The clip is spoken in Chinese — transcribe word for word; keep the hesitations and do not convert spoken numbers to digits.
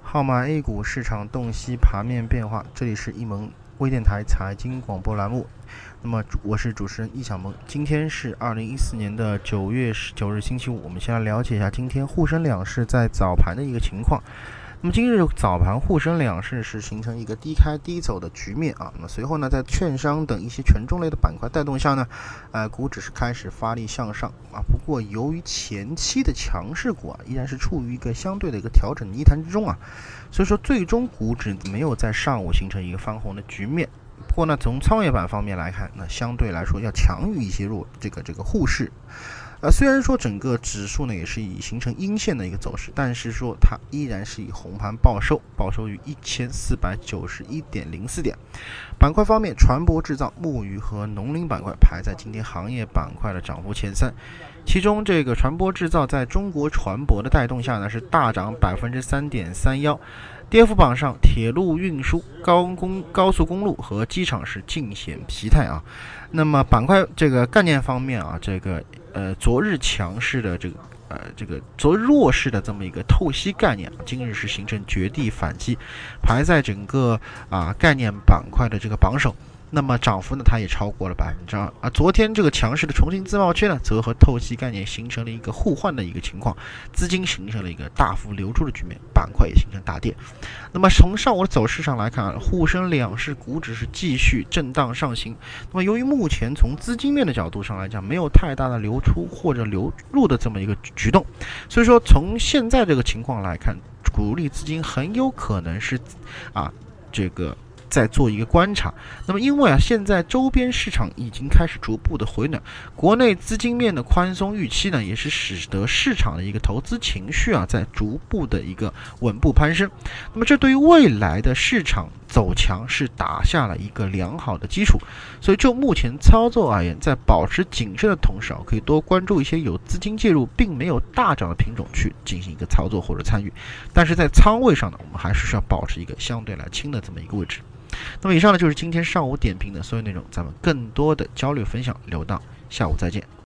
号码 A 股市场洞悉盘面变化，这里是一萌微电台财经广播栏目。那么我是主持人易小萌，今天是二零一四年的九月十九日星期五，我们先来了解一下今天沪深两市在早盘的一个情况。那么今日早盘沪深两市是形成一个低开低走的局面啊。那么随后呢，在券商等一些权重类的板块带动下呢，呃，股指是开始发力向上啊。不过由于前期的强势股啊，依然是处于一个相对的一个调整泥潭之中啊，所以说最终股指没有在上午形成一个翻红的局面。不过呢，从创业板方面来看，那相对来说要强于一些弱这个这个沪市。呃，虽然说整个指数呢也是以形成阴线的一个走势，但是说它依然是以红盘报收，报收于一千四百九十一点零四点。板块方面，船舶制造、木鱼和农林板块排在今天行业板块的涨幅前三。其中，这个船舶制造在中国船舶的带动下呢，是大涨百分之三点三一。跌幅榜上，铁路运输、高公高速公路和机场是尽显疲态啊。那么板块这个概念方面啊，这个呃昨日强势的这个呃这个昨日弱势的这么一个透析概念，今日是形成绝地反击，排在整个啊概念板块的这个榜首。那么涨幅呢，它也超过了百分之二啊。昨天这个强势的重庆自贸区呢，则和透析概念形成了一个互换的一个情况，资金形成了一个大幅流出的局面，板块也形成大跌。那么从上午的走势上来看啊，沪深两市股指是继续震荡上行。那么由于目前从资金面的角度上来讲，没有太大的流出或者流入的这么一个举动，所以说从现在这个情况来看，主力资金很有可能是啊这个。在做一个观察，那么因为啊，现在周边市场已经开始逐步的回暖，国内资金面的宽松预期呢，也是使得市场的一个投资情绪啊，在逐步的一个稳步攀升。那么这对于未来的市场走强是打下了一个良好的基础。所以就目前操作而言，在保持谨慎的同时啊，可以多关注一些有资金介入并没有大涨的品种去进行一个操作或者参与。但是在仓位上呢，我们还是需要保持一个相对来轻的这么一个位置。那么以上呢就是今天上午点评的所有内容，咱们更多的交流分享留到下午再见。